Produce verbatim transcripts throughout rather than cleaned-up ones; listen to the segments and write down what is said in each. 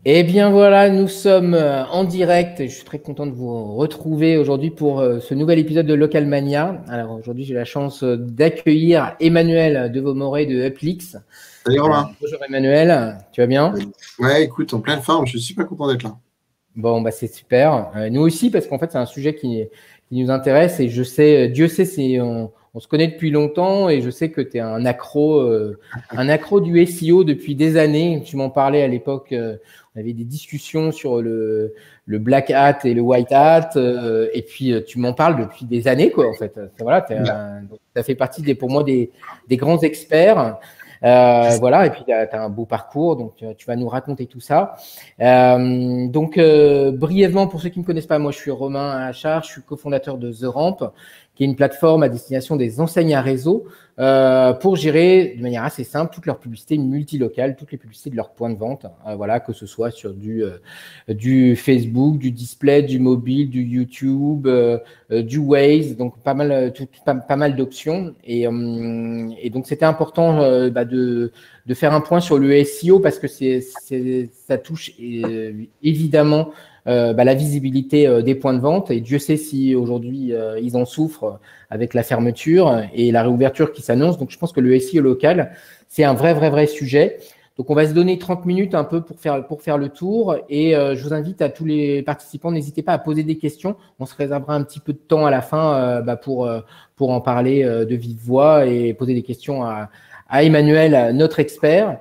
Eh bien voilà, nous sommes euh, en direct et je suis très content de vous retrouver aujourd'hui pour euh, ce nouvel épisode de Local Mania. Alors aujourd'hui, j'ai la chance euh, d'accueillir Emmanuel de Vaumoret de Uplix. Salut Euh, Romain. bonjour Emmanuel, tu vas bien? Ouais, écoute, en pleine forme, je suis super content d'être là. Bon, bah c'est super. Euh, nous aussi, parce qu'en fait, c'est un sujet qui, qui nous intéresse et je sais, Dieu sait si on, on se connaît depuis longtemps et je sais que tu es un accro, euh, un accro du S E O depuis des années. Tu m'en parlais à l'époque, euh, on avait des discussions sur le, le black hat et le white hat euh, et puis euh, tu m'en parles depuis des années, quoi, en fait. Voilà, tu Ouais. as fait partie des, pour moi des, des grands experts. Euh, voilà, et puis tu as, as un beau parcours, donc tu, tu vas nous raconter tout ça. Euh, donc, euh, brièvement, pour ceux qui ne me connaissent pas, moi je suis Romain Achard, je suis cofondateur de The Ramp, qui est une plateforme à destination des enseignes à réseau euh, pour gérer de manière assez simple toutes leurs publicités multilocales, toutes les publicités de leurs points de vente. Euh, voilà, que ce soit sur du, euh, du Facebook, du display, du mobile, du YouTube, euh, euh, du Waze, donc pas mal, tout, pas, pas mal d'options. Et, euh, et donc, c'était important euh, bah, de de faire un point sur le S E O parce que c'est, c'est, ça touche euh, évidemment euh, bah, la visibilité euh, des points de vente. Et Dieu sait si aujourd'hui euh, ils en souffrent avec la fermeture et la réouverture qui s'annonce. Donc je pense que le S E O local, c'est un vrai, vrai, vrai sujet. Donc on va se donner trente minutes un peu pour faire, pour faire le tour. Et euh, je vous invite à tous les participants, n'hésitez pas à poser des questions. On se réservera un petit peu de temps à la fin euh, bah, pour, euh, pour en parler euh, de vive voix et poser des questions à à Emmanuel, notre expert.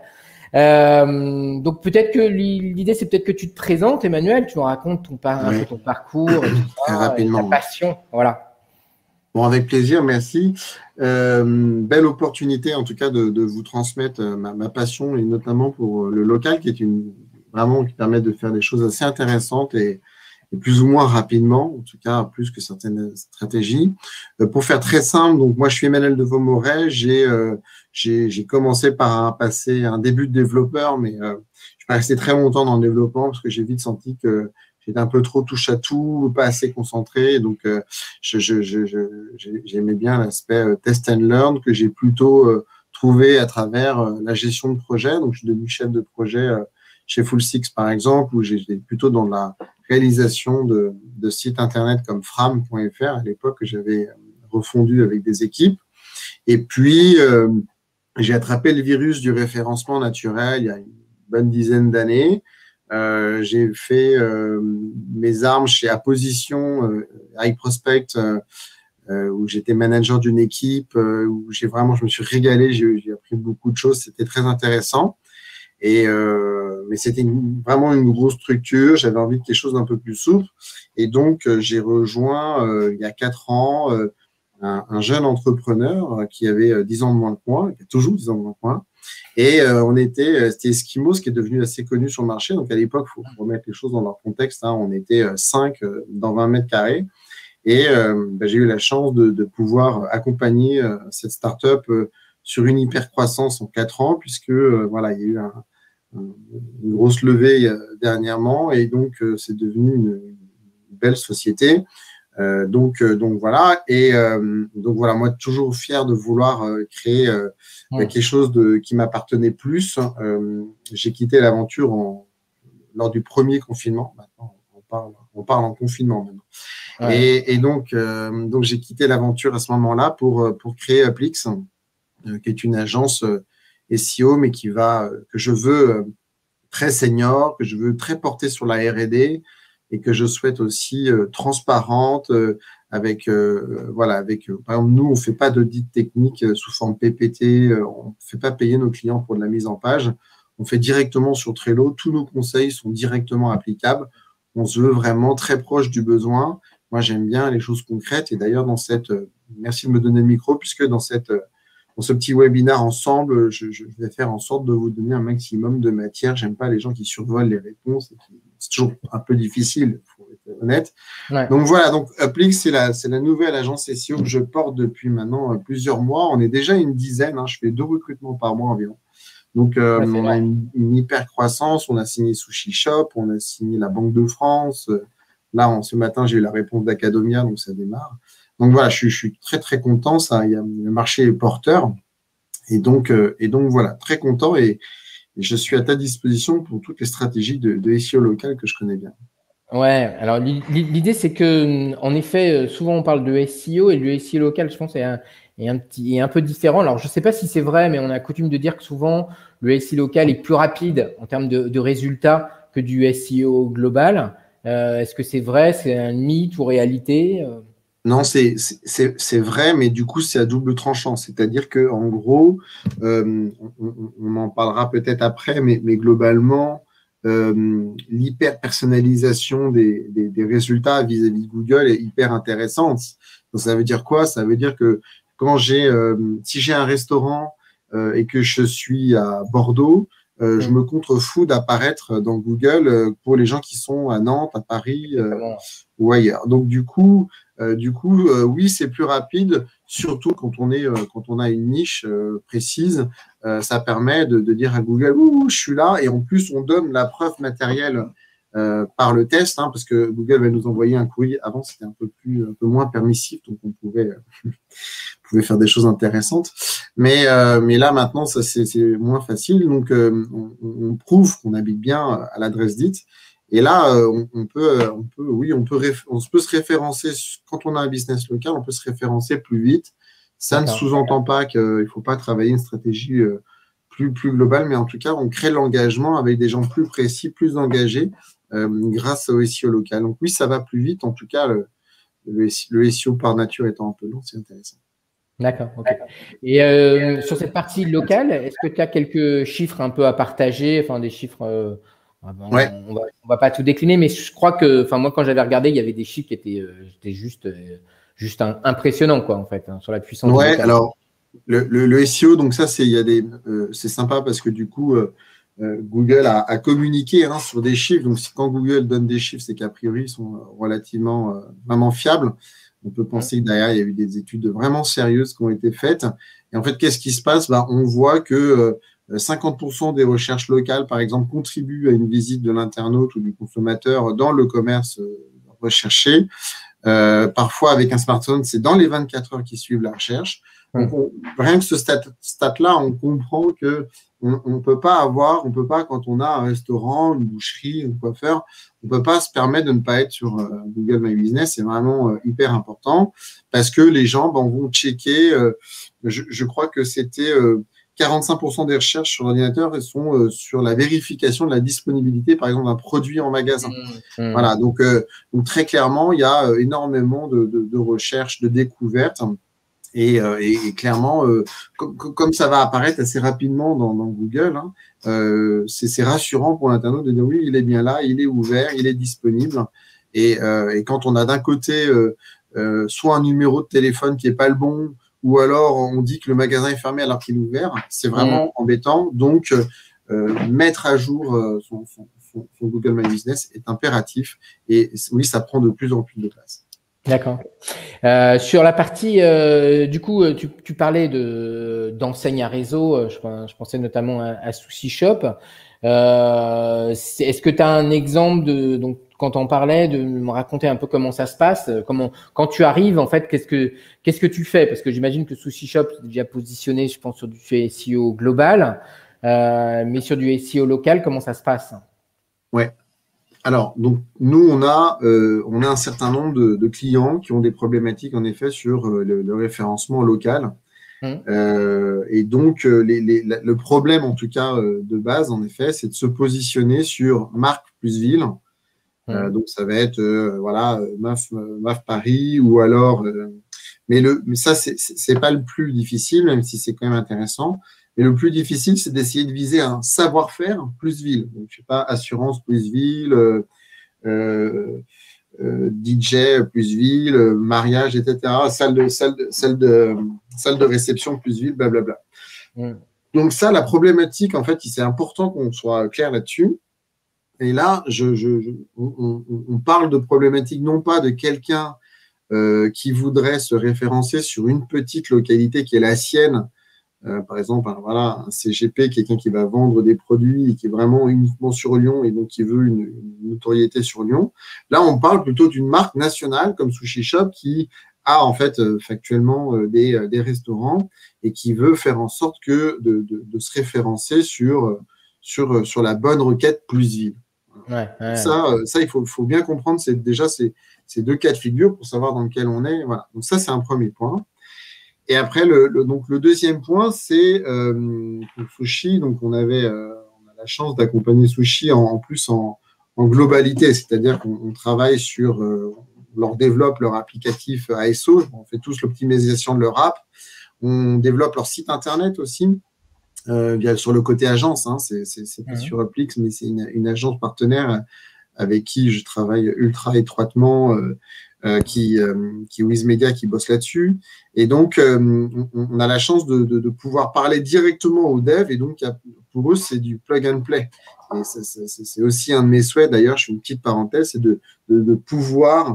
Euh, donc peut-être que l'idée, c'est peut-être que tu te présentes, Emmanuel, tu nous racontes ton, un peu Ouais, ton parcours et tout très ça, et ta rapidement. passion. Voilà. Bon, avec plaisir, merci. Euh, belle opportunité, en tout cas, de, de vous transmettre euh, ma, ma passion, et notamment pour le local, qui est une vraiment qui permet de faire des choses assez intéressantes et, et plus ou moins rapidement, en tout cas, plus que certaines stratégies. Euh, pour faire très simple, donc moi, je suis Emmanuel de Vaumoret. J'ai euh, j'ai j'ai commencé par un passé, un début de développeur, mais euh, je suis pas resté très longtemps dans le développement parce que j'ai vite senti que j'étais un peu trop touche à tout, pas assez concentré. Donc, euh, je, je, je, je, j'aimais bien l'aspect euh, test and learn que j'ai plutôt euh, trouvé à travers euh, la gestion de projet. Donc, je suis devenu chef de projet euh, chez Full Six, par exemple, où j'étais plutôt dans la réalisation de, de sites internet comme fram point f r à l'époque que j'avais refondu avec des équipes. Et puis, euh, j'ai attrapé le virus du référencement naturel il y a une bonne dizaine d'années. Euh, j'ai fait euh, mes armes chez Apposition, euh, iProspect, euh, euh, où j'étais manager d'une équipe, euh, où j'ai vraiment, je me suis régalé, j'ai, j'ai appris beaucoup de choses, c'était très intéressant. Et euh, mais c'était une, vraiment une grosse structure. J'avais envie de quelque chose d'un peu plus souple. Et donc, euh, j'ai rejoint euh, il y a quatre ans euh, un, un jeune entrepreneur euh, qui avait euh, dix ans de moins que moi, qui a toujours dix ans de moins que moi. Et euh, on était, euh, c'était Eskimos, qui est devenu assez connu sur le marché. Donc, à l'époque, il faut remettre les choses dans leur contexte. Hein. On était euh, cinq euh, dans vingt mètres carrés. Et euh, ben, j'ai eu la chance de, de pouvoir accompagner euh, cette startup euh, sur une hyper croissance en quatre ans, puisque euh, voilà, il y a eu un, une grosse levée euh, dernièrement et donc euh, c'est devenu une, une belle société. Euh, donc, euh, donc voilà. Et euh, donc voilà, moi toujours fier de vouloir euh, créer euh, Mmh. quelque chose de, qui m'appartenait plus. Euh, j'ai quitté l'aventure en, lors du premier confinement. Maintenant, on parle, on parle en confinement maintenant. Ouais. Et, et donc, euh, donc j'ai quitté l'aventure à ce moment-là pour, pour créer Applix, euh, qui est une agence euh, S E O, mais qui va, euh, que je veux euh, très senior, que je veux très portée sur la R et D et que je souhaite aussi euh, transparente euh, avec euh, voilà avec euh, par exemple nous on fait pas d'audit technique euh, sous forme P P T, euh, on fait pas payer nos clients pour de la mise en page, on fait directement sur Trello, tous nos conseils sont directement applicables, on se veut vraiment très proche du besoin. Moi j'aime bien les choses concrètes et d'ailleurs dans cette euh, merci de me donner le micro puisque dans cette euh, dans ce petit webinaire ensemble, je, je, vais faire en sorte de vous donner un maximum de matière. J'aime pas les gens qui survolent les réponses. C'est toujours un peu difficile, il faut être honnête. Ouais. Donc voilà, donc Uplix, c'est la, c'est la nouvelle agence S E O que je porte depuis maintenant plusieurs mois. On est déjà une dizaine, hein, je fais deux recrutements par mois environ. Donc euh, Ouais, on a une, une hyper croissance, on a signé Sushi Shop, on a signé la Banque de France. Là, en, ce matin, j'ai eu la réponse d'Academia, donc ça démarre. Donc voilà, je, je suis très très content. Ça, il y a, le marché est porteur et donc euh, et donc voilà, très content et Et je suis à ta disposition pour toutes les stratégies de, de S E O local que je connais bien. Ouais, alors l'idée c'est que en effet, souvent on parle de S E O et le S E O local, je pense, est un, est un petit, est un peu différent. Alors je ne sais pas si c'est vrai, mais on a coutume de dire que souvent le S E O local est plus rapide en termes de, de résultats que du S E O global. Euh, Est-ce que c'est vrai? C'est un mythe ou réalité? Non, c'est c'est vrai, mais du coup, c'est à double tranchant. C'est-à-dire que en gros, euh, on, on en parlera peut-être après, mais, mais globalement, euh, l'hyper-personnalisation des, des, des résultats vis-à-vis de Google est hyper intéressante. Donc, ça veut dire quoi? Ça veut dire que quand j'ai, euh, si j'ai un restaurant euh, et que je suis à Bordeaux, euh, je me contrefous d'apparaître dans Google euh, pour les gens qui sont à Nantes, à Paris euh, ou ailleurs. Donc, du coup, euh, du coup, euh, oui, c'est plus rapide, surtout quand on est, euh, quand on a une niche euh, précise. Euh, ça permet de, de dire à Google, ouh, je suis là, et en plus, on donne la preuve matérielle euh, par le test, hein, parce que Google va nous envoyer un courrier. Avant, c'était un peu plus, un peu moins permissif, donc on pouvait, euh, pouvait faire des choses intéressantes. Mais, euh, mais là, maintenant, ça c'est moins facile. Donc, euh, on, on prouve qu'on habite bien à l'adresse dite. Et là, on, on, peut, on peut, oui, on peut, on peut se référencer quand on a un business local, on peut se référencer plus vite. Ça ne sous-entend pas qu'il ne faut pas travailler une stratégie plus, plus globale, mais en tout cas, on crée l'engagement avec des gens plus précis, plus engagés euh, grâce au S E O local. Donc oui, ça va plus vite. En tout cas, le, le, le S E O par nature étant un peu long, c'est intéressant. D'accord, ok. Et euh, sur cette partie locale, est-ce que tu as quelques chiffres un peu à partager, enfin des chiffres, euh, on, ouais. on, va, on va pas tout décliner, mais je crois que, enfin moi quand j'avais regardé, il y avait des chiffres qui étaient, euh, étaient juste, euh, juste un, impressionnants quoi en fait, hein, sur la puissance. Ouais, alors le, le, le S E O, donc ça c'est, il y a des, euh, c'est sympa parce que du coup euh, euh, Google a, a communiqué hein, sur des chiffres. Donc quand Google donne des chiffres, c'est qu'a priori ils sont relativement euh, vraiment fiables. On peut penser que derrière, il y a eu des études vraiment sérieuses qui ont été faites. Et en fait, qu'est-ce qui se passe? Ben, on voit que euh, cinquante pour cent des recherches locales, par exemple, contribuent à une visite de l'internaute ou du consommateur dans le commerce euh, recherché. Euh, parfois, avec un smartphone, c'est dans les vingt-quatre heures qui suivent la recherche. Donc, on, rien que ce stat-là, stat on comprend que on ne peut pas avoir, on peut pas, quand on a un restaurant, une boucherie, un coiffeur, on peut pas se permettre de ne pas être sur euh, Google My Business. C'est vraiment euh, hyper important parce que les gens ben, vont checker. Euh, je, je crois que c'était euh, quarante-cinq pour cent des recherches sur l'ordinateur sont euh, sur la vérification de la disponibilité, par exemple, d'un produit en magasin. Mmh. Voilà. Donc, euh, donc, très clairement, il y a euh, énormément de, de, de recherches, de découvertes. Et, euh, et, et clairement, euh, comme, comme ça va apparaître assez rapidement dans, dans Google, hein, euh, c'est rassurant pour l'internaute de dire oui, il est bien là, il est ouvert, il est disponible. Et, euh, et quand on a d'un côté euh, euh, soit un numéro de téléphone qui est pas le bon, ou alors on dit que le magasin est fermé alors qu'il est ouvert, c'est vraiment mmh. embêtant. Donc, euh, mettre à jour euh, son, son, son, son Google My Business est impératif. Et oui, ça prend de plus en plus de place. D'accord. Euh, sur la partie, euh, du coup, tu, tu parlais de d'enseignes à réseau. Je, je pensais notamment à, à Sushi Shop. Euh, Est-ce que tu as un exemple de, donc quand on parlait, de me raconter un peu comment ça se passe, comment quand tu arrives en fait, qu'est-ce que qu'est-ce que tu fais? Parce que j'imagine que Sushi Shop est déjà positionné, je pense, sur du S E O global, euh, mais sur du S E O local, comment ça se passe? Ouais. Alors, donc, nous, on a, euh, on a un certain nombre de, de clients qui ont des problématiques, en effet, sur euh, le, le référencement local. Mmh. Euh, et donc, euh, les, les, le problème, en tout cas, euh, de base, en effet, c'est de se positionner sur marque plus ville. Mmh. Euh, donc, ça va être, euh, voilà, M A F, M A F Paris ou alors… Euh, mais, le, mais ça, c'est pas le plus difficile, même si c'est quand même intéressant. Mais le plus difficile, c'est d'essayer de viser un savoir-faire plus ville. Donc, je sais pas, assurance plus ville, euh, euh, euh, D J plus ville, euh, mariage, et cetera. Salle de, salle de, salle de, salle de réception plus ville, blablabla. Mm. Donc, ça, la problématique, en fait, c'est important qu'on soit clair là-dessus. Et là, je, je, je, on, on parle de problématique non pas de quelqu'un euh, qui voudrait se référencer sur une petite localité qui est la sienne. Euh, par exemple, un, voilà, un C G P, quelqu'un qui va vendre des produits et qui est vraiment uniquement sur Lyon et donc qui veut une, une notoriété sur Lyon. Là, on parle plutôt d'une marque nationale comme Sushi Shop qui a en fait euh, factuellement euh, des, euh, des restaurants et qui veut faire en sorte que de, de, de se référencer sur, sur, sur la bonne requête plus ville. Ouais, ouais. Ça, ça, il faut, faut bien comprendre c'est déjà ces, ces deux cas de figure pour savoir dans lequel on est. Voilà. Donc ça, c'est un premier point. Et après, le, le, donc le deuxième point, c'est euh, Sushi. Donc on avait euh, on a la chance d'accompagner Sushi en, en plus en, en globalité, c'est-à-dire qu'on travaille sur, euh, on leur développe leur applicatif A S O, on fait tous l'optimisation de leur app, on développe leur site internet aussi. Euh, via, sur le côté agence, hein, c'est pas mmh. sur Uplix, mais c'est une, une agence partenaire avec qui je travaille ultra étroitement, euh, euh, qui, euh, qui est Wizmedia, qui bosse là-dessus. Et donc, euh, on, on a la chance de, de, de pouvoir parler directement aux devs. Et donc, pour eux, c'est du plug and play. Et c'est aussi un de mes souhaits, d'ailleurs, je fais une petite parenthèse, c'est de, de, de pouvoir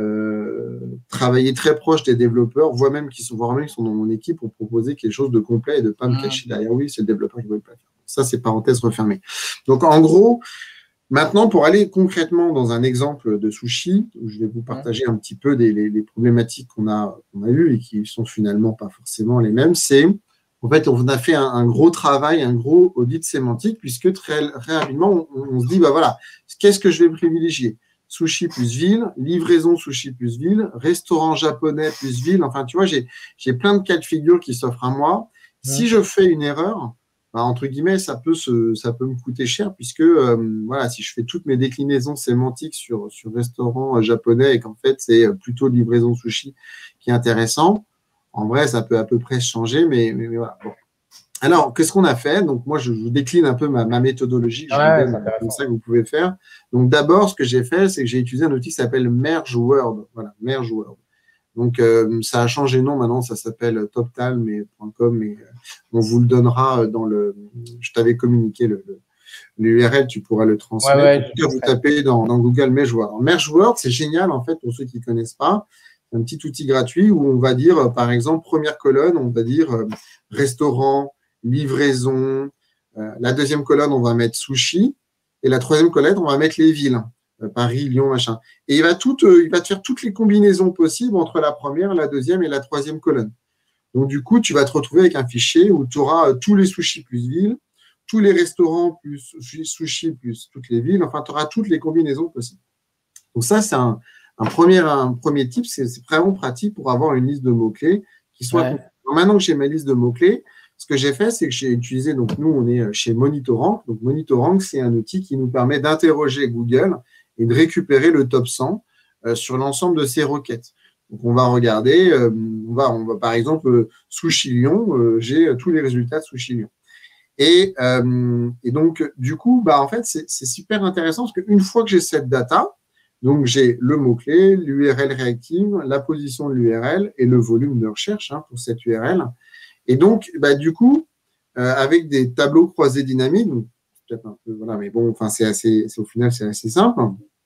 Euh, travailler très proche des développeurs, voire même qui sont, voire même qui sont dans mon équipe pour proposer quelque chose de complet et de ne pas me cacher derrière. Oui, c'est le développeur qui veut le faire. Ça, c'est parenthèse refermée. Donc, en gros, maintenant, pour aller concrètement dans un exemple de Sushi, où je vais vous partager un petit peu des, les, les problématiques qu'on a, qu'on a eues et qui sont finalement pas forcément les mêmes, c'est en fait, on a fait un, un gros travail, un gros audit sémantique, puisque très, très rapidement, on, on se dit, bah voilà, qu'est-ce que je vais privilégier ? Sushi plus ville, livraison sushi plus ville, restaurant japonais plus ville. Enfin, tu vois, j'ai plein de cas de figure qui s'offrent à moi. Ouais. Si je fais une erreur, bah, entre guillemets, ça peut, se, ça peut me coûter cher puisque, euh, voilà, si je fais toutes mes déclinaisons sémantiques sur, sur restaurant japonais et qu'en fait, c'est plutôt livraison sushi qui est intéressant, en vrai, ça peut à peu près changer, mais, mais, mais voilà. Bon. Alors, qu'est-ce qu'on a fait? Donc, moi, je vous décline un peu ma, ma méthodologie. Je ouais, vous donne comme ça que vous pouvez faire. Donc, d'abord, ce que j'ai fait, c'est que j'ai utilisé un outil qui s'appelle Merge Word. Voilà, Merge Word. Donc, euh, ça a changé de nom. Maintenant, ça s'appelle toptalm point com. Mais euh, on vous le donnera dans le… Je t'avais communiqué le… le l'U R L, tu pourras le transmettre. Ouais, ouais, en tout cas, vous tapez dans, dans Google Merge Word. Alors, Merge Word, c'est génial, en fait, pour ceux qui ne connaissent pas. C'est un petit outil gratuit où on va dire, par exemple, première colonne, on va dire euh, restaurant, livraison. Euh, la deuxième colonne, on va mettre sushi. Et la troisième colonne, on va mettre les villes. Euh, Paris, Lyon, machin. Et il va, tout, euh, il va te faire toutes les combinaisons possibles entre la première, la deuxième et la troisième colonne. Donc, du coup, tu vas te retrouver avec un fichier où tu auras euh, tous les sushis plus villes, tous les restaurants plus sushi plus toutes les villes. Enfin, tu auras toutes les combinaisons possibles. Donc, ça, c'est un, un, premier, un premier type. C'est vraiment pratique pour avoir une liste de mots-clés qui soit… Ouais. Donc, maintenant que j'ai ma liste de mots-clés, ce que j'ai fait, c'est que j'ai utilisé, donc nous, on est chez Monitorank. Donc, Monitorank, c'est un outil qui nous permet d'interroger Google et de récupérer le top cent euh, sur l'ensemble de ces requêtes. Donc, on va regarder, euh, on, va, on va par exemple, euh, Sushi Lyon, euh, j'ai tous les résultats de Sushi Lyon. Et, euh, et donc, du coup, bah, en fait, c'est super intéressant parce qu'une fois que j'ai cette data, donc j'ai le mot-clé, l'U R L réactive, la position de l'U R L et le volume de recherche hein, pour cette U R L. Et donc, bah, du coup, euh, avec des tableaux croisés dynamiques, peut-être un peu, voilà, mais bon, enfin, c'est assez, au final, c'est assez simple.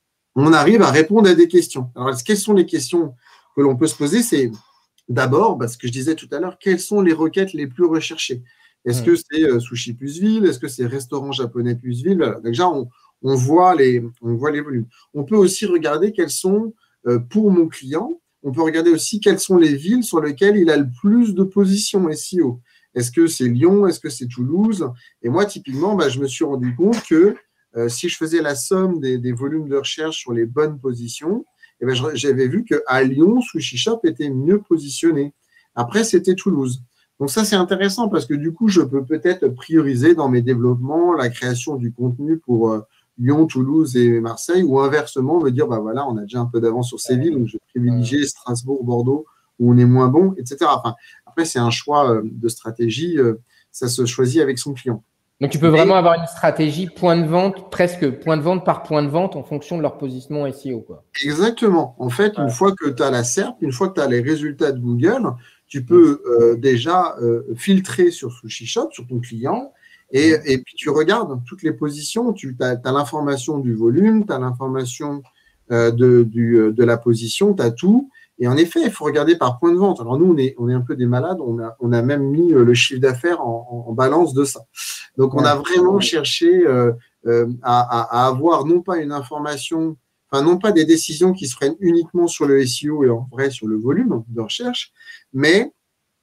On arrive à répondre à des questions. Alors, quelles sont les questions que l'on peut se poser? C'est d'abord, bah, ce que je disais tout à l'heure, quelles sont les requêtes les plus recherchées? Est-ce que c'est euh, sushi plus ville? Est-ce que c'est restaurant japonais plus ville? Voilà. Déjà, on, on, voit les, on voit les volumes. On peut aussi regarder quels sont, euh, pour mon client, on peut regarder aussi quelles sont les villes sur lesquelles il a le plus de positions S E O. Est-ce que c'est Lyon? Est-ce que c'est Toulouse? Et moi, typiquement, bah, je me suis rendu compte que euh, si je faisais la somme des, des volumes de recherche sur les bonnes positions, eh ben, j'avais vu qu'à Lyon, Sushi Shop était mieux positionné. Après, c'était Toulouse. Donc ça, c'est intéressant parce que du coup, je peux peut-être prioriser dans mes développements la création du contenu pour euh, Lyon, Toulouse et Marseille ou inversement me dire, bah voilà, on a déjà un peu d'avance sur ces villes, donc je vais privilégier Strasbourg, Bordeaux où on est moins bon, et cetera. Enfin, après, c'est un choix euh, de stratégie, euh, ça se choisit avec son client. Donc, tu peux vraiment avoir une stratégie point de vente, presque point de vente par point de vente en fonction de leur positionnement S E O, quoi. Exactement. En fait, ouais. Une fois que tu as la S E R P, une fois que tu as les résultats de Google, tu peux euh, déjà euh, filtrer sur Sushi Shop, sur ton client, et, et puis tu regardes toutes les positions, tu as, as l'information du volume, tu as l'information euh, de, du, de la position, tu as tout. Et en effet, il faut regarder par point de vente. Alors nous, on est, on est un peu des malades, on a, on a même mis le chiffre d'affaires en, en balance de ça. Donc, on a vraiment cherché euh, euh, à, à, à avoir non pas une information, enfin non pas des décisions qui se prennent uniquement sur le S E O et en vrai sur le volume de recherche, mais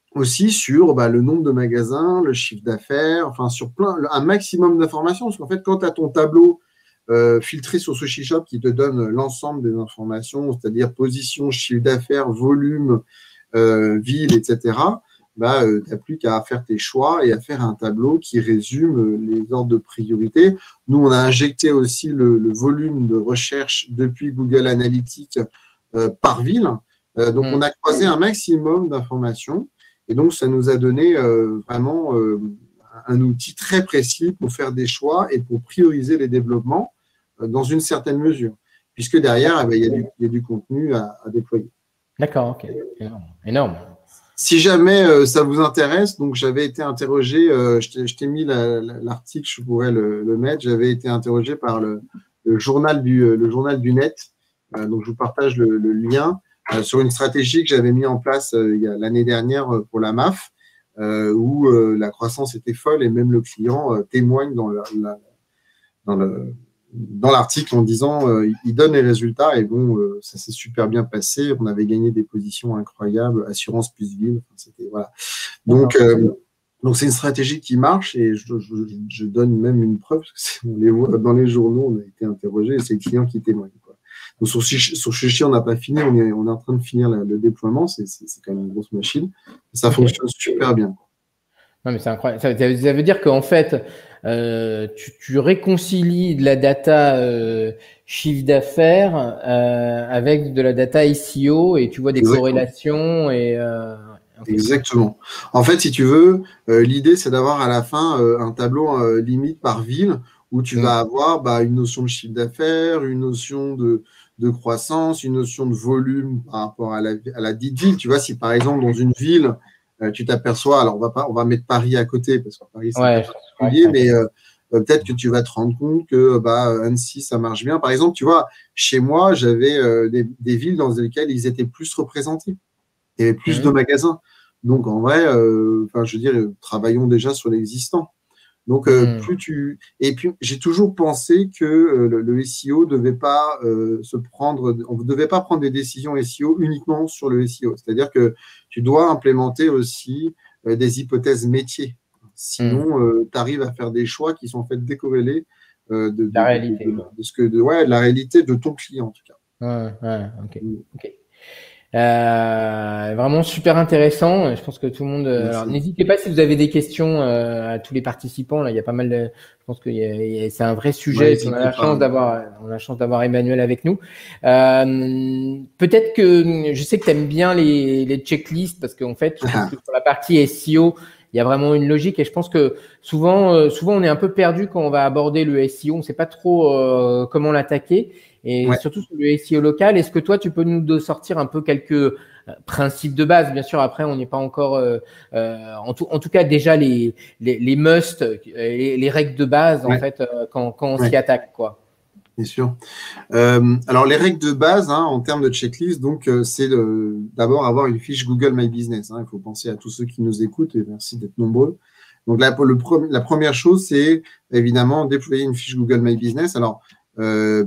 aussi sur bah, le nombre de magasins, le chiffre d'affaires, enfin sur plein, un maximum d'informations. Parce qu'en fait, quand tu as ton tableau euh, filtré sur SushiShop qui te donne l'ensemble des informations, c'est-à-dire position, chiffre d'affaires, volume, euh, ville, et cetera, bah, euh, tu n'as plus qu'à faire tes choix et à faire un tableau qui résume les ordres de priorité. Nous, on a injecté aussi le, le volume de recherche depuis Google Analytics euh, par ville. Euh, donc, mmh. on a croisé un maximum d'informations. Et donc, ça nous a donné euh, vraiment euh, un outil très précis pour faire des choix et pour prioriser les développements euh, dans une certaine mesure, puisque derrière, eh bien, il, y a du, il y a du contenu à, à déployer. D'accord, ok. Énorme. Énorme. Si jamais euh, ça vous intéresse, donc j'avais été interrogé, euh, je t'ai mis l'article, je pourrais le, le mettre, j'avais été interrogé par le, le, journal, du, le journal du net, euh, donc je vous partage le, le lien. Euh, sur une stratégie que j'avais mis en place euh, il y a l'année dernière euh, pour la M A F, euh, où euh, la croissance était folle et même le client euh, témoigne dans le, la, dans le dans l'article en disant euh, il donne les résultats et bon euh, ça s'est super bien passé, on avait gagné des positions incroyables, assurance plus ville, enfin, c'était voilà. Donc euh, donc c'est une stratégie qui marche et je, je, je donne même une preuve parce que on les voit dans les journaux, on a été interrogé et c'est le client qui témoigne, quoi. Donc sur sur Sushi, on n'a pas fini, on est on est en train de finir la, le déploiement, c'est quand même une grosse machine, ça okay. fonctionne super bien, quoi. Non, mais c'est incroyable. Ça, ça veut dire qu'en fait, euh, tu, tu réconcilies de la data euh, chiffre d'affaires euh, avec de la data S E O et tu vois des Exactement. corrélations. Et, euh, okay. Exactement. En fait, si tu veux, euh, l'idée, c'est d'avoir à la fin euh, un tableau euh, limite par ville où tu mmh. vas avoir bah, une notion de chiffre d'affaires, une notion de, de croissance, une notion de volume par rapport à la, à la dite ville. Tu vois, si par exemple, dans une ville, Euh, tu t'aperçois, alors on va pas, on va mettre Paris à côté parce que Paris c'est ouais, particulier, ouais, mais euh, peut-être que tu vas te rendre compte que bah Annecy ça marche bien. Par exemple, tu vois, chez moi j'avais euh, des, des villes dans lesquelles ils étaient plus représentés, il y avait plus mmh. de magasins. Donc en vrai, euh, enfin je veux dire, travaillons déjà sur l'existant. Donc euh, mmh. plus tu et puis j'ai toujours pensé que euh, le, le S E O devait pas euh, se prendre, on ne devait pas prendre des décisions S E O uniquement sur le S E O. C'est-à-dire que tu dois implémenter aussi euh, des hypothèses métiers. Sinon, mmh. euh, tu arrives à faire des choix qui sont en fait décorrélés euh, de, de, la réalité, de, de, de ce que de, ouais, de la réalité de ton client en tout cas. Ouais, ouais, ok. Mmh. okay. Euh, vraiment super intéressant. Je pense que tout le monde. Merci. Alors, n'hésitez pas si vous avez des questions euh, à tous les participants. Là, il y a pas mal de. Je pense que c'est un vrai sujet. Ouais, on a la chance d'avoir, on a la chance d'avoir Emmanuel avec nous. Euh, Peut-être que je sais que tu aimes bien les, les checklists parce qu'en fait, je pense que sur la partie S E O, il y a vraiment une logique et je pense que souvent, euh, souvent on est un peu perdu quand on va aborder le S E O. On ne sait pas trop euh, comment l'attaquer. Et ouais. surtout sur le S E O local, est-ce que toi, tu peux nous sortir un peu quelques euh, principes de base? Bien sûr, après, on n'est pas encore… Euh, euh, en, tout, en tout cas, déjà, les, les, les must, les, les règles de base, ouais. en fait, euh, quand, quand on ouais. s'y attaque, quoi. Bien sûr. Euh, alors, les règles de base, hein, en termes de checklist, donc, euh, c'est d'abord avoir une fiche Google My Business. Hein. Il faut penser à tous ceux qui nous écoutent et merci d'être nombreux. Donc, la, le, la première chose, c'est évidemment déployer une fiche Google My Business. Alors, Euh,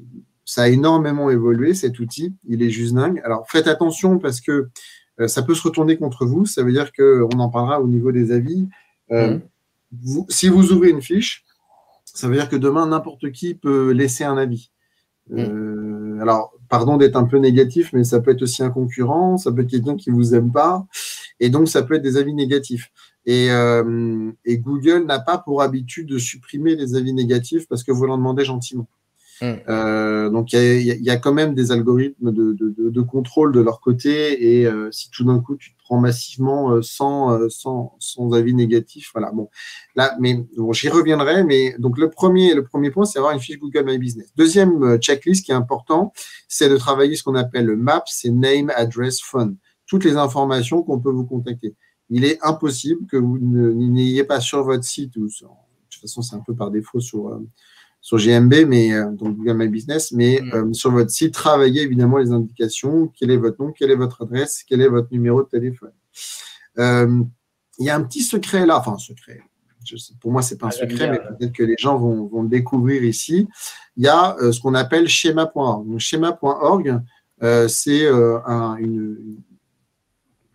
ça a énormément évolué cet outil, il est juste dingue. Alors faites attention parce que euh, ça peut se retourner contre vous, ça veut dire qu'on en parlera au niveau des avis. Euh, mmh. vous, si vous ouvrez une fiche, ça veut dire que demain n'importe qui peut laisser un avis. Mmh. Euh, alors pardon d'être un peu négatif, mais ça peut être aussi un concurrent, ça peut être quelqu'un qui vous aime pas, et donc ça peut être des avis négatifs. Et, euh, et Google n'a pas pour habitude de supprimer les avis négatifs parce que vous l'en demandez gentiment. Mmh. Euh, donc, il y, y, y a quand même des algorithmes de, de, de, de contrôle de leur côté. Et euh, si tout d'un coup, tu te prends massivement euh, sans, euh, sans, sans avis négatif, voilà. Bon, là, mais bon, j'y reviendrai. Mais donc, le premier, le premier point, c'est avoir une fiche Google My Business. Deuxième euh, checklist qui est important, c'est de travailler ce qu'on appelle le M A P, c'est Name, Address, Phone. Toutes les informations qu'on peut vous contacter. Il est impossible que vous n'ayez pas sur votre site, ou sur, de toute façon, c'est un peu par défaut sur, euh, sur G M B, mais euh, donc Google My Business, mais mmh. euh, sur votre site, travaillez évidemment les indications, quel est votre nom, quelle est votre adresse, quel est votre numéro de téléphone. Euh, il y a un petit secret là, enfin un secret, je sais, pour moi, c'est pas un ah, secret, mais peut-être que les gens vont, vont le découvrir ici. Il y a euh, ce qu'on appelle schéma point org. Donc, schéma point org, euh, c'est euh, un, une,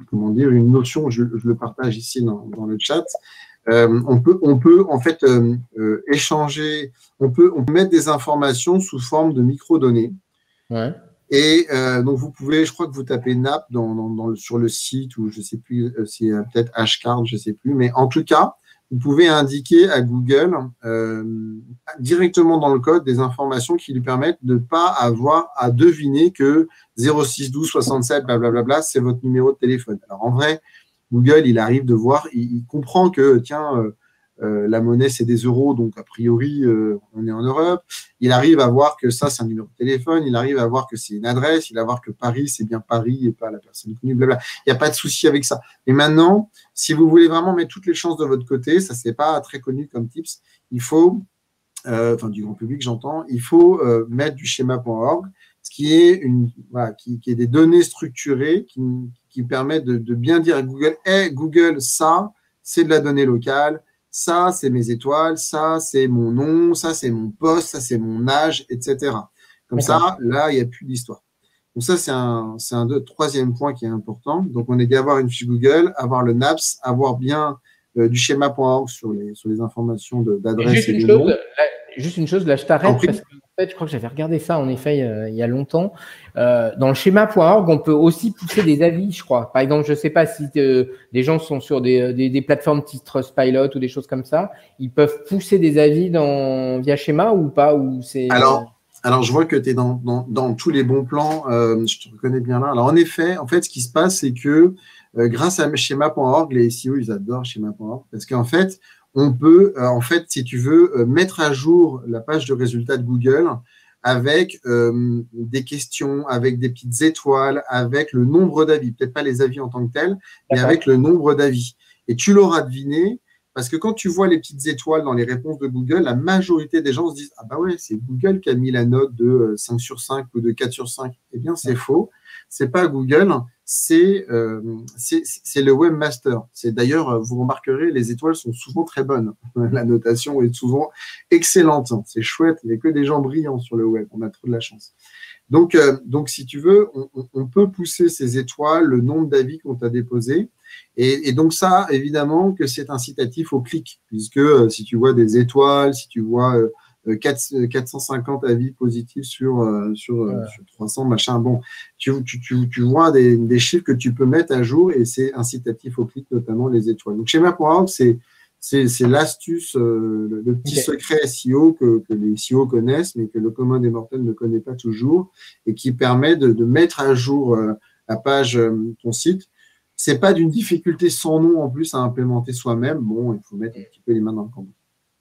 comment dire, une notion, je, je le partage ici dans, dans le chat. Euh, on peut, on peut en fait euh, euh, échanger, on peut, on peut mettre des informations sous forme de microdonnées. Ouais. Et euh, donc, vous pouvez, je crois que vous tapez N A P dans, dans, dans le, sur le site, ou je ne sais plus, euh, c'est peut-être Hashcard, je ne sais plus. Mais en tout cas, vous pouvez indiquer à Google euh, directement dans le code des informations qui lui permettent de ne pas avoir à deviner que zéro six douze soixante-sept, blablabla, c'est votre numéro de téléphone. Alors, en vrai, Google, il arrive de voir, il, il comprend que, tiens, euh, euh, la monnaie, c'est des euros, donc a priori, euh, on est en Europe. Il arrive à voir que ça, c'est un numéro de téléphone. Il arrive à voir que c'est une adresse. Il arrive à voir que Paris, c'est bien Paris et pas la personne connue, blablabla. Il n'y a pas de souci avec ça. Et maintenant, si vous voulez vraiment mettre toutes les chances de votre côté, ça, c'est pas très connu comme tips, il faut, euh, enfin, du grand public, j'entends, il faut euh, mettre du schéma point org, ce qui est, une, voilà, qui, qui est des données structurées qui, qui permettent de, de bien dire à Google, hey, Google, ça, c'est de la donnée locale. Ça, c'est mes étoiles, ça, c'est mon nom, ça, c'est mon poste, ça, c'est mon âge, et cetera. Comme ça, là, il n'y a plus d'histoire. Donc ça, c'est un, c'est un deux, troisième point qui est important. Donc, on est dit avoir une fiche Google, avoir le N A P S, avoir bien euh, du schéma point org sur les, sur les informations d'adresse et de nom. Là, juste une chose, là, je t'arrête parce que en fait, je crois que j'avais regardé ça, en effet, euh, il y a longtemps. Euh, dans le schéma point org, on peut aussi pousser des avis, je crois. Par exemple, je ne sais pas si euh, des gens sont sur des, des, des plateformes type Trustpilot ou des choses comme ça, ils peuvent pousser des avis dans, via schéma ou pas ou c'est. Alors, alors, je vois que tu es dans, dans, dans tous les bons plans. Euh, je te reconnais bien là. Alors, en effet, en fait, ce qui se passe, c'est que euh, grâce à schéma point org, les S E O, ils adorent schéma point org parce qu'en fait, on peut, euh, en fait, si tu veux, euh, mettre à jour la page de résultats de Google avec euh, des questions, avec des petites étoiles, avec le nombre d'avis. Peut-être pas les avis en tant que tels, mais avec le nombre d'avis. Et tu l'auras deviné, parce que quand tu vois les petites étoiles dans les réponses de Google, la majorité des gens se disent « Ah bah ouais, c'est Google qui a mis la note de cinq sur cinq ou de quatre sur cinq. » Eh bien, c'est faux. C'est pas Google, c'est euh, c'est le webmaster. C'est d'ailleurs, vous remarquerez, les étoiles sont souvent très bonnes. La notation est souvent excellente. C'est chouette. Il n'y a que des gens brillants sur le web. On a trop de la chance. Donc, euh, donc si tu veux, on, on peut pousser ces étoiles, le nombre d'avis qu'on t'a déposé. Et, et donc ça, évidemment, que c'est incitatif au clic, puisque euh, si tu vois des étoiles, si tu vois euh, quatre, quatre cent cinquante avis positifs sur, euh, sur, euh, ouais. sur trois cents, machin, bon, tu, tu, tu, tu vois des, des chiffres que tu peux mettre à jour et c'est incitatif au clic, notamment les étoiles. Donc, schéma point org, c'est c'est l'astuce, euh, le, le petit okay. secret S E O que, que les S E O connaissent, mais que le commun des mortels ne connaît pas toujours et qui permet de, de mettre à jour euh, la page, euh, ton site. C'est pas d'une difficulté sans nom en plus à implémenter soi-même. Bon, il faut mettre un petit peu les mains dans le cambouis.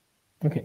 Ok.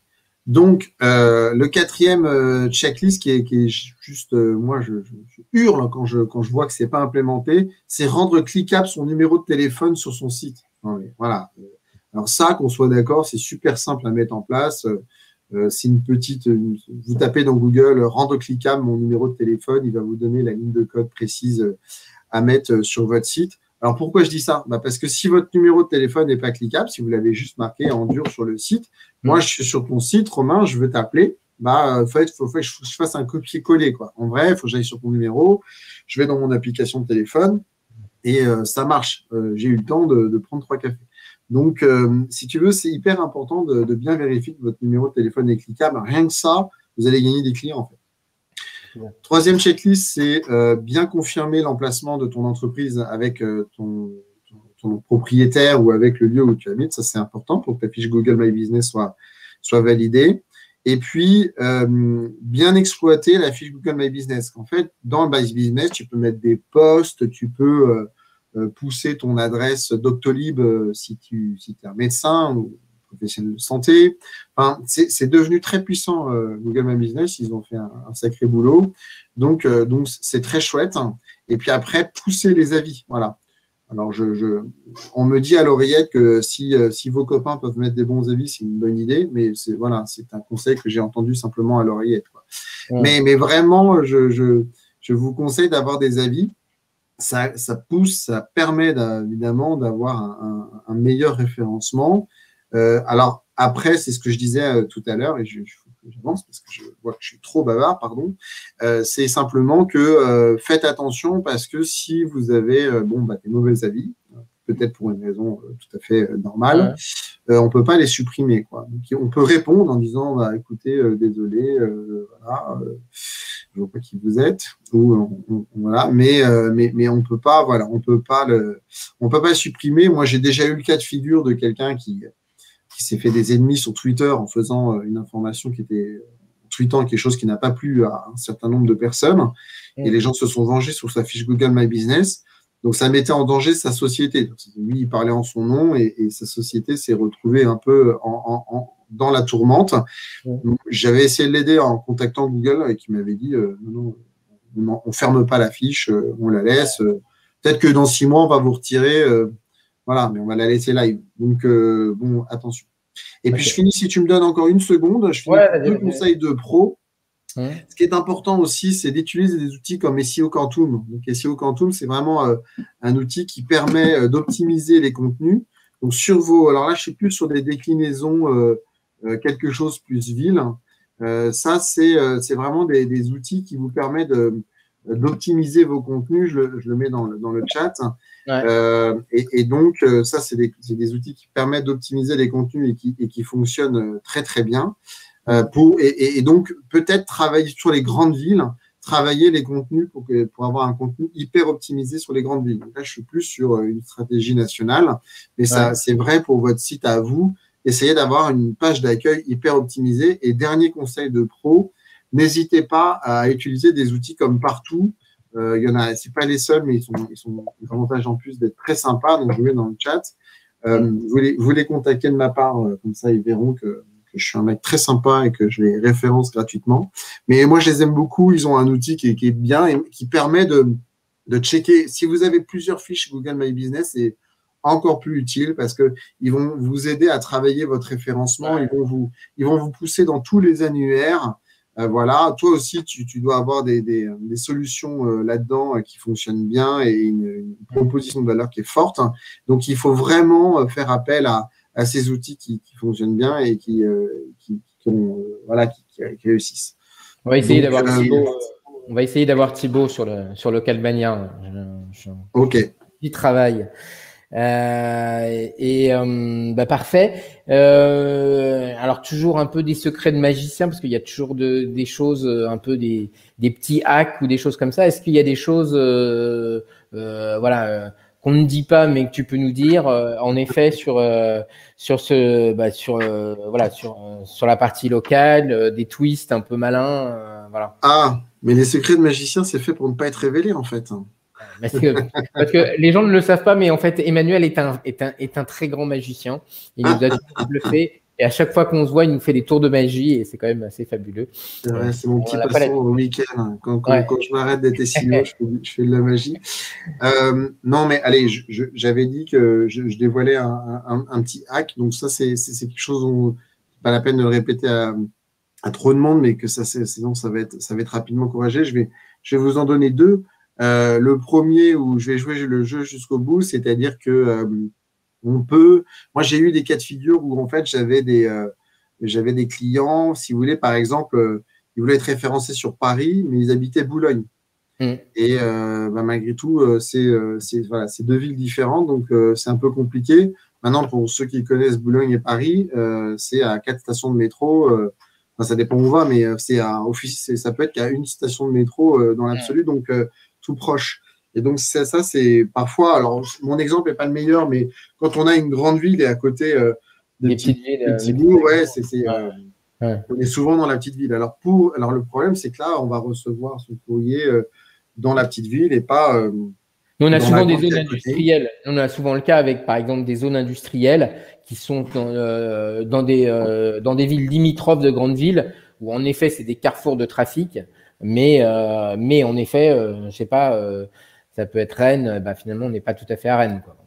Donc, euh, le quatrième euh, checklist qui est, qui est juste, euh, moi, je, je, je hurle quand je, quand je vois que c'est pas implémenté, c'est rendre cliquable son numéro de téléphone sur son site. Voilà. Alors ça, qu'on soit d'accord, c'est super simple à mettre en place. Euh, c'est une petite, une, vous tapez dans Google, rendre cliquable mon numéro de téléphone, il va vous donner la ligne de code précise à mettre sur votre site. Alors, pourquoi je dis ça? Bah parce que si votre numéro de téléphone n'est pas cliquable, si vous l'avez juste marqué en dur sur le site, mmh. moi, je suis sur ton site, Romain, je veux t'appeler, bah, il faut, faut, faut que je fasse un copier-coller, quoi. En vrai, il faut que j'aille sur ton numéro, je vais dans mon application de téléphone et euh, ça marche. Euh, j'ai eu le temps de, de prendre trois cafés. Donc, euh, si tu veux, c'est hyper important de, de bien vérifier que votre numéro de téléphone est cliquable. Rien que ça, vous allez gagner des clients, en fait. Bon. Troisième checklist, c'est euh, bien confirmer l'emplacement de ton entreprise avec euh, ton, ton, ton propriétaire ou avec le lieu où tu habites. Ça, c'est important pour que ta fiche Google My Business soit, soit validée. Et puis, euh, bien exploiter la fiche Google My Business. En fait, dans le My Business, tu peux mettre des posts, tu peux euh, euh, pousser ton adresse Doctolib euh, si tu si es un médecin ou professionnel de santé. Enfin, c'est devenu très puissant, euh, Google My Business. Ils ont fait un, un sacré boulot. Donc, euh, donc c'est très chouette. Et puis après, pousser les avis. Voilà. Alors, je, je, on me dit à l'oreillette que si, euh, si vos copains peuvent mettre des bons avis, c'est une bonne idée. Mais c'est voilà, c'est un conseil que j'ai entendu simplement à l'oreillette. Ouais. Mais, mais vraiment, je, je, je vous conseille d'avoir des avis. Ça, ça pousse, ça permet évidemment d'avoir un, un, un meilleur référencement. Euh, alors après, c'est ce que je disais euh, tout à l'heure, et je, je, j'avance parce que je vois que je suis trop bavard, pardon. Euh, c'est simplement que euh, faites attention parce que si vous avez euh, bon, bah, des mauvais avis, peut-être pour une raison euh, tout à fait euh, normale, ouais. euh, on ne peut pas les supprimer, quoi. Donc, on peut répondre en disant bah, écoutez, euh, désolé, euh, voilà, euh, je ne vois pas qui vous êtes, ou on, on, voilà, mais, euh, mais, mais on peut pas, voilà, on peut pas le, on peut pas supprimer. Moi, j'ai déjà eu le cas de figure de quelqu'un qui qui s'est fait des ennemis sur Twitter en faisant une information qui était, en tweetant quelque chose qui n'a pas plu à un certain nombre de personnes. Mmh. Et les gens se sont vengés sur sa fiche Google My Business. Donc, ça mettait en danger sa société. Donc, lui, il parlait en son nom et, et sa société s'est retrouvée un peu en, en, en, dans la tourmente. Mmh. J'avais essayé de l'aider en contactant Google et qui m'avait dit euh, non, non, on ne ferme pas la fiche, euh, on la laisse. Euh, peut-être que dans six mois, on va vous retirer. Euh, Voilà, mais on va la laisser live. Donc, euh, bon, attention. Et puis, okay. je finis, si tu me donnes encore une seconde, je finis ouais, avec deux ouais. conseils de pro. Hum. Ce qui est important aussi, c'est d'utiliser des outils comme S E O Quantum. Donc, S E O Quantum, c'est vraiment euh, un outil qui permet euh, d'optimiser les contenus. Donc, sur vos… Alors là, je suis plus sur des déclinaisons euh, euh, quelque chose plus ville. Euh, ça, c'est euh, vraiment des, des outils qui vous permettent de… d'optimiser vos contenus, je le, je le mets dans le, dans le chat. Ouais. Euh, et, et donc, euh, ça, c'est des, des outils qui permettent d'optimiser les contenus et qui, et qui fonctionnent très, très bien. Euh, pour, et, et donc, peut-être travailler sur les grandes villes, travailler les contenus pour, que, pour avoir un contenu hyper optimisé sur les grandes villes. Donc là, je suis plus sur une stratégie nationale, mais ça, ouais. c'est vrai pour votre site à vous. Essayez d'avoir une page d'accueil hyper optimisée. Et dernier conseil de pro, n'hésitez pas à utiliser des outils comme Partout. Euh, il y en a, c'est pas les seuls, mais ils sont, ils sont des avantages en plus d'être très sympas. Donc, je mets dans le chat. Euh, vous, les, vous les contactez de ma part, euh, comme ça, ils verront que, que je suis un mec très sympa et que je les référence gratuitement. Mais moi, je les aime beaucoup. Ils ont un outil qui est, qui est bien et qui permet de, de checker. Si vous avez plusieurs fiches Google My Business, c'est encore plus utile parce que ils vont vous aider à travailler votre référencement. Ouais. Ils vont vous, ils vont vous pousser dans tous les annuaires. Euh, voilà, toi aussi, tu, tu dois avoir des, des, des solutions euh, là-dedans euh, qui fonctionnent bien et une, une proposition de valeur qui est forte. Donc, il faut vraiment euh, faire appel à, à ces outils qui, qui fonctionnent bien et qui, euh, qui, qui, ont, euh, voilà, qui, qui, qui réussissent. On va essayer d'avoir euh, Thibaut, on va essayer d'avoir Thibaut sur le sur Localmania. Je, je, ok. Il travaille. Euh, et euh, bah parfait. Euh, alors toujours un peu des secrets de magicien parce qu'il y a toujours de, des choses, un peu des, des petits hacks ou des choses comme ça. Est-ce qu'il y a des choses, euh, euh, voilà, euh, qu'on ne dit pas mais que tu peux nous dire, euh, en effet sur euh, sur ce, bah, sur euh, voilà, sur euh, sur la partie locale, euh, des twists un peu malins, euh, voilà. Ah, mais les secrets de magicien, c'est fait pour ne pas être révélé en fait. Parce que, parce que les gens ne le savent pas, mais en fait, Emmanuel est un, est un, est un très grand magicien. Il nous a bluffé. Et à chaque fois qu'on se voit, il nous fait des tours de magie et c'est quand même assez fabuleux. C'est vrai, c'est mon petit passe-temps au week-end. Quand, quand, ouais. quand je m'arrête d'être S E O, je, je fais de la magie. Euh, non, mais allez, j'avais dit que je, je dévoilais un, un, un petit hack. Donc ça, c'est quelque chose dont pas la peine de le répéter à, à trop de monde, mais que ça, sinon ça va être, ça va être rapidement corrigé. Je vais, je vais vous en donner deux. Euh, le premier où je vais jouer le jeu jusqu'au bout, c'est-à-dire que euh, on peut. Moi, j'ai eu des cas de figure où en fait j'avais des euh, j'avais des clients, si vous voulez, par exemple, euh, ils voulaient être référencés sur Paris, mais ils habitaient Boulogne. Mmh. Et euh, bah, malgré tout, euh, c'est euh, voilà, c'est deux villes différentes, donc euh, c'est un peu compliqué. Maintenant, pour ceux qui connaissent Boulogne et Paris, euh, c'est à quatre stations de métro. Euh, enfin, ça dépend où on va, mais c'est à office, ça peut être qu'à une station de métro euh, dans l'absolu. Donc euh, tout proche. Et donc, ça, ça c'est parfois, alors mon exemple n'est pas le meilleur, mais quand on a une grande ville et à côté euh, des petites villes, des petits bouts, ouais, c'est, euh, ouais. On est souvent dans la petite ville. Alors, pour, alors le problème, c'est que là, on va recevoir son courrier euh, dans la petite ville et pas. Euh, Nous, on a souvent des zones industrielles. On a souvent le cas avec, par exemple, des zones industrielles qui sont dans, euh, dans, des, euh, dans des villes limitrophes de grandes villes où, en effet, c'est des carrefours de trafic. Mais, euh, mais en effet, euh, je sais pas, euh, ça peut être Rennes. Bah, finalement, on n'est pas tout à fait à Rennes, quoi.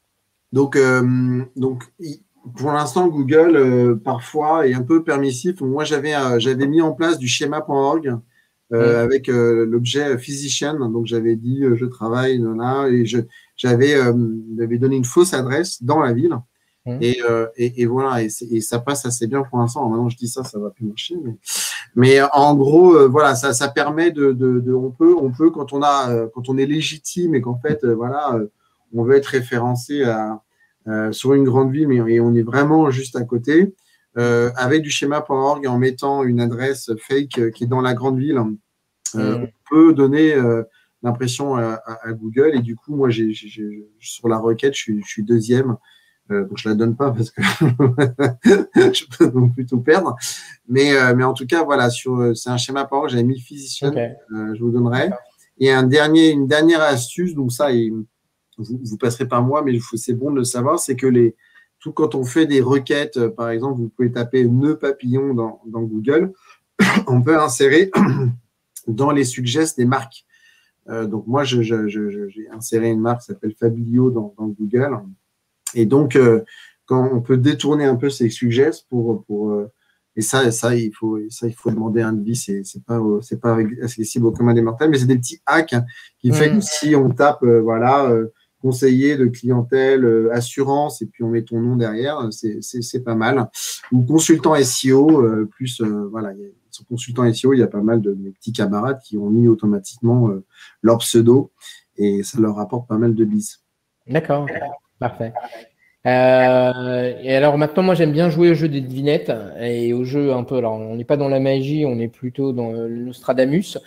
Donc, euh, donc, pour l'instant, Google euh, parfois est un peu permissif. Moi, j'avais euh, j'avais mis en place du schéma point org euh, mmh. avec euh, l'objet physician. Donc, j'avais dit euh, je travaille là et je j'avais euh, donné une fausse adresse dans la ville. Mmh. Et, euh, et, et voilà, et, et ça passe assez bien pour l'instant. Maintenant, je dis ça, ça va plus marcher. Mais, mais en gros, euh, voilà, ça, ça permet de, de, de, on peut, on peut quand on a, euh, quand on est légitime et qu'en fait, euh, voilà, euh, on veut être référencé à, euh, sur une grande ville, mais et on est vraiment juste à côté, euh, avec du schéma point org et en mettant une adresse fake euh, qui est dans la grande ville, euh, mmh. on peut donner euh, l'impression à, à, à Google. Et du coup, moi, j'ai, j'ai, sur la requête, je suis, je suis deuxième. Euh, donc je la donne pas parce que je peux donc plutôt perdre. Mais, euh, mais en tout cas, voilà, sur, c'est un schéma par ordre. J'avais mis Physician, okay. euh, je vous donnerai. Et un dernier, une dernière astuce, donc ça, et vous, vous passerez par moi, mais c'est bon de le savoir, c'est que les, tout quand on fait des requêtes, par exemple, vous pouvez taper nœud papillon dans, dans Google, on peut insérer dans les suggestions des marques. Euh, donc moi, je, je, je, j'ai inséré une marque qui s'appelle Fabilio dans, dans Google. Et donc, euh, quand on peut détourner un peu ces suggestions pour, pour euh, et ça, ça il faut, ça il faut demander un devis, c'est, c'est pas, c'est pas accessible au commun des mortels, mais c'est des petits hacks qui mmh. fait que si on tape, euh, voilà, euh, conseiller de clientèle, euh, assurance, et puis on met ton nom derrière, c'est, c'est, c'est pas mal. Ou consultant S E O, euh, plus, euh, voilà, y a, sur consultant S E O, il y a pas mal de mes petits camarades qui ont mis automatiquement euh, leur pseudo, et ça leur apporte pas mal de bis. D'accord. Parfait. Euh, et alors maintenant, moi, j'aime bien jouer au jeu des devinettes et au jeu un peu. Alors, on n'est pas dans la magie, on est plutôt dans le Nostradamus.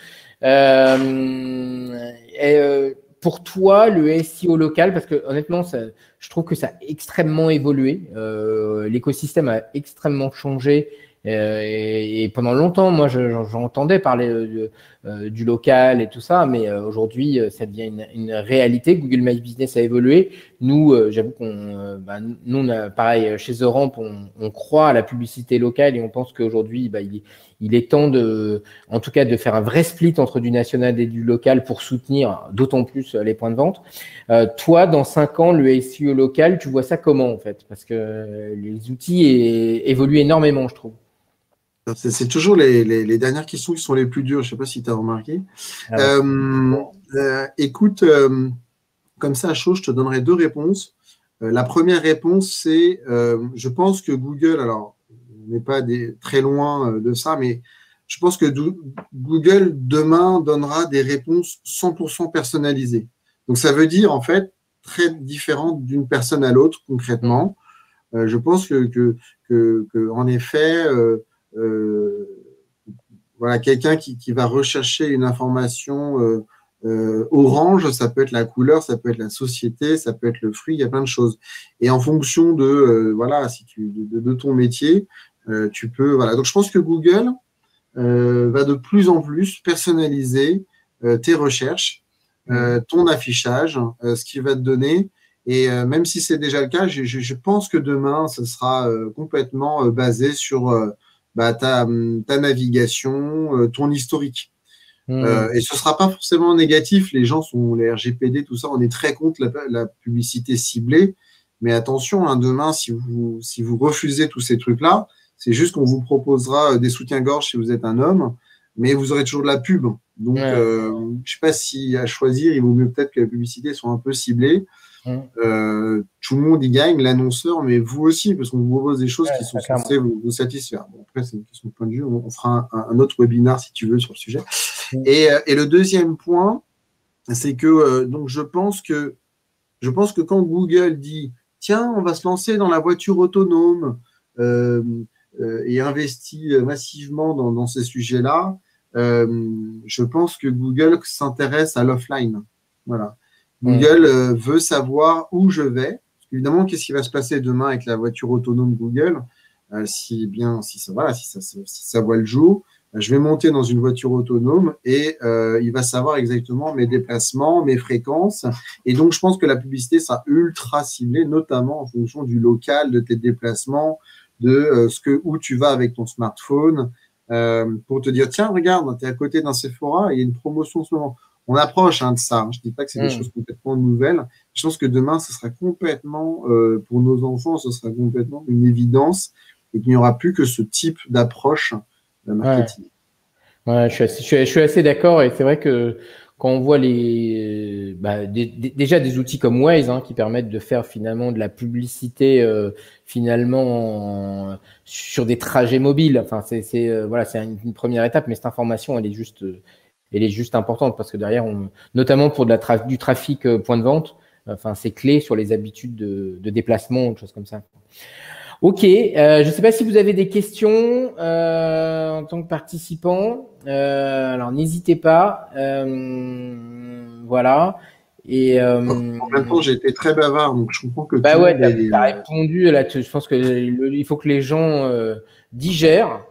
Euh, et, euh, pour toi, le S E O local, parce que honnêtement, ça, je trouve que ça a extrêmement évolué. Euh, l'écosystème a extrêmement changé. Euh, et, et pendant longtemps, moi, je, j'entendais parler de, euh, du local et tout ça, mais euh, aujourd'hui, ça devient une, une réalité. Google My Business a évolué. Nous, euh, j'avoue qu'on, euh, bah, nous, on a, pareil, chez The Ramp, on, on croit à la publicité locale et on pense qu'aujourd'hui, bah, il, il est temps de, en tout cas, de faire un vrai split entre du national et du local pour soutenir d'autant plus les points de vente. Euh, toi, dans cinq ans, le S E O local, tu vois ça comment en fait? Parce que les outils é- évoluent énormément, je trouve. C'est, c'est toujours les, les, les dernières questions qui sont les plus dures. Je ne sais pas si tu as remarqué. Ah ouais. euh, euh, écoute, euh, comme ça à chaud, je te donnerai deux réponses. Euh, la première réponse, c'est euh, je pense que Google, alors on n'est pas des, très loin de ça, mais je pense que do, Google demain donnera des réponses cent pour cent personnalisées. Donc ça veut dire en fait très différentes d'une personne à l'autre concrètement. Euh, je pense que, que, que, que en effet, euh, Euh, voilà, quelqu'un qui, qui va rechercher une information euh, euh, orange, ça peut être la couleur, ça peut être la société, ça peut être le fruit, il y a plein de choses. Et en fonction de euh, voilà, si tu de, de ton métier, euh, tu peux voilà. Donc je pense que Google euh, va de plus en plus personnaliser euh, tes recherches, euh, ton affichage, euh, ce qu'il va te donner. Et euh, même si c'est déjà le cas, je, je, je pense que demain, ce sera euh, complètement euh, basé sur euh, bah, ta, ta navigation, euh, ton historique. Mmh. Euh, et ce ne sera pas forcément négatif. Les gens sont, les R G P D, tout ça, on est très contre la, la publicité ciblée. Mais attention, hein, demain, si vous, si vous refusez tous ces trucs-là, c'est juste qu'on vous proposera des soutiens-gorge si vous êtes un homme, mais vous aurez toujours de la pub. Donc, ouais. euh, je ne sais pas si à choisir, il vaut mieux peut-être que la publicité soit un peu ciblée. Mmh. Euh, tout le monde y gagne, l'annonceur, mais vous aussi, parce qu'on vous propose des choses ouais, qui sont censées vous, vous satisfaire. Bon, après, c'est une question de point de vue. On, on fera un, un autre webinaire, si tu veux, sur le sujet. Mmh. Et, et le deuxième point, c'est que euh, donc je pense que je pense que quand Google dit tiens, on va se lancer dans la voiture autonome euh, euh, et investit massivement dans, dans ces sujets-là, euh, je pense que Google s'intéresse à l'offline. Voilà. Google euh, veut savoir où je vais. Évidemment, qu'est-ce qui va se passer demain avec la voiture autonome Google euh, si bien, si ça, voilà, si ça, si ça voit le jour, euh, je vais monter dans une voiture autonome et euh, il va savoir exactement mes déplacements, mes fréquences. Et donc, je pense que la publicité sera ultra ciblée, notamment en fonction du local, de tes déplacements, de euh, ce que où tu vas avec ton smartphone, euh, pour te dire tiens, regarde, tu es à côté d'un Sephora et il y a une promotion en ce moment. On approche hein, de ça. Je ne dis pas que c'est mmh. des choses complètement nouvelles. Je pense que demain, ce sera complètement, euh, pour nos enfants, ce sera complètement une évidence et qu'il n'y aura plus que ce type d'approche de marketing. Ouais, ouais je, suis assez, je, suis, je suis assez d'accord et c'est vrai que quand on voit les, bah, des, des, déjà des outils comme Waze hein, qui permettent de faire finalement de la publicité euh, finalement en, sur des trajets mobiles. Enfin, c'est, c'est euh, voilà, c'est une, une première étape, mais cette information, elle est juste, euh, elle est juste importante parce que derrière, on, notamment pour de la tra- du trafic euh, point de vente, enfin, c'est clé sur les habitudes de, de déplacement ou des choses comme ça. Ok, euh, je ne sais pas si vous avez des questions euh, en tant que participant. Euh, alors n'hésitez pas. Euh, voilà. Et euh, En même temps, j'ai été très bavard, donc je comprends que bah tout le ouais, monde t'as, est. t'as répondu là. Je pense que le, il faut que les gens euh, digèrent.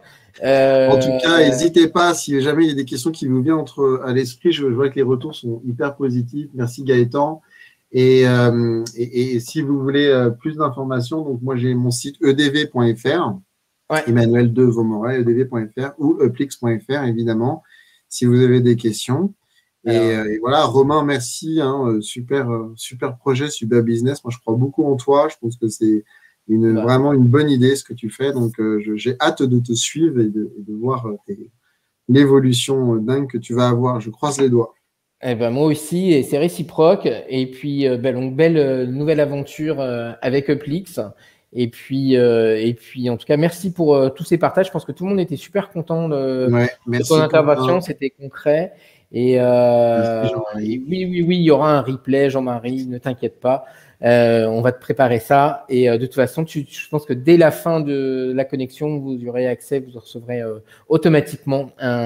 En tout Euh, cas, n'hésitez pas, si jamais il y a des questions qui vous viennent entre, à l'esprit, je, je vois que les retours sont hyper positifs. Merci Gaëtan. Et, euh, et, et si vous voulez euh, plus d'informations, donc moi j'ai mon site e d v point f r, ouais. Emmanuel de Vaumoret, e d v point f r ou uplix point f r évidemment, si vous avez des questions. Et, Alors, et voilà, Romain, merci, hein, super, super projet, super business. Moi, je crois beaucoup en toi. Je pense que c'est une, bah, vraiment une bonne idée ce que tu fais. Donc, euh, je, j'ai hâte de te suivre et de, et de voir tes, l'évolution dingue que tu vas avoir. Je croise les doigts. eh ben moi aussi, et c'est réciproque. Et puis, euh, ben, donc belle euh, nouvelle aventure euh, avec Uplix. Et puis, euh, et puis, en tout cas, merci pour euh, tous ces partages. Je pense que tout le monde était super content de, Ouais, de ton merci intervention. Quentin. C'était concret. Et, euh, Merci et Jean-Marie. oui, oui, oui, il y aura un replay, Jean-Marie. Ne t'inquiète pas. Euh, on va te préparer ça. Et euh, de toute façon, tu, je pense que dès la fin de la connexion, vous aurez accès, vous recevrez euh, automatiquement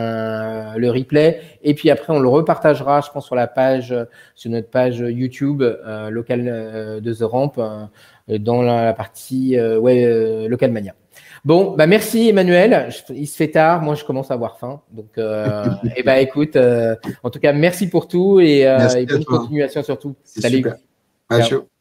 un, le replay. Et puis après, on le repartagera, je pense, sur la page, sur notre page YouTube euh, locale euh, de The Ramp, euh, dans la, la partie euh, ouais, euh, Local Mania. Bon, bah merci Emmanuel. Je, il se fait tard, moi je commence à avoir faim. Donc, euh, et bah écoute, euh, en tout cas, merci pour tout et, euh, Merci et à bonne toi. continuation surtout. C'est Salut. super. À Ciao. chaud.